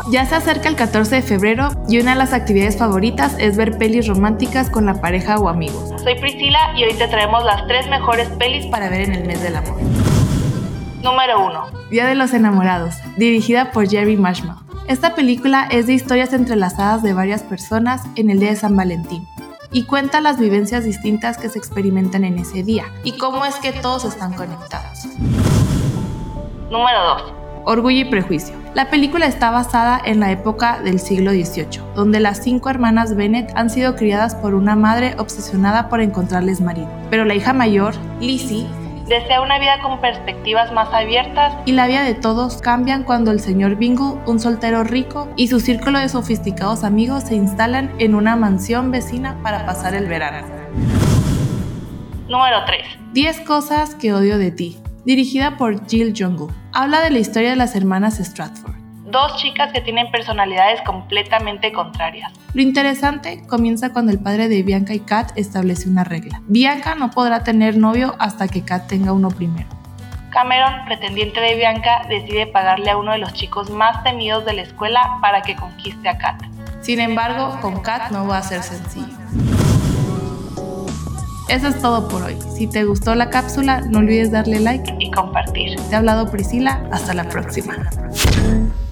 Ya se acerca el 14 de febrero y una de las actividades favoritas es ver pelis románticas con la pareja o amigos. Soy Priscila y hoy te traemos las 3 mejores pelis para ver en el mes del amor. Número 1. Día de los Enamorados, dirigida por Jerry Marshall. Esta película es de historias entrelazadas de varias personas en el día de San Valentín y cuenta las vivencias distintas que se experimentan en ese día y cómo es que todos están conectados. Número 2. Orgullo y Prejuicio. La película está basada en la época del siglo XVIII, donde las 5 hermanas Bennet han sido criadas por una madre obsesionada por encontrarles marido. Pero la hija mayor, Lizzie, desea una vida con perspectivas más abiertas y la vida de todos cambian cuando el señor Bingle, un soltero rico, y su círculo de sofisticados amigos se instalan en una mansión vecina para pasar el verano. Número 3. 10 cosas que odio de ti, dirigida por Jill Jungle. Habla de la historia de las hermanas Stratford. 2 chicas que tienen personalidades completamente contrarias. Lo interesante comienza cuando el padre de Bianca y Kat establece una regla. Bianca no podrá tener novio hasta que Kat tenga uno primero. Cameron, pretendiente de Bianca, decide pagarle a uno de los chicos más temidos de la escuela para que conquiste a Kat. Sin embargo, con Kat no va a ser sencillo. Eso es todo por hoy. Si te gustó la cápsula, no olvides darle like y compartir. Te ha hablado Priscila. Hasta la próxima.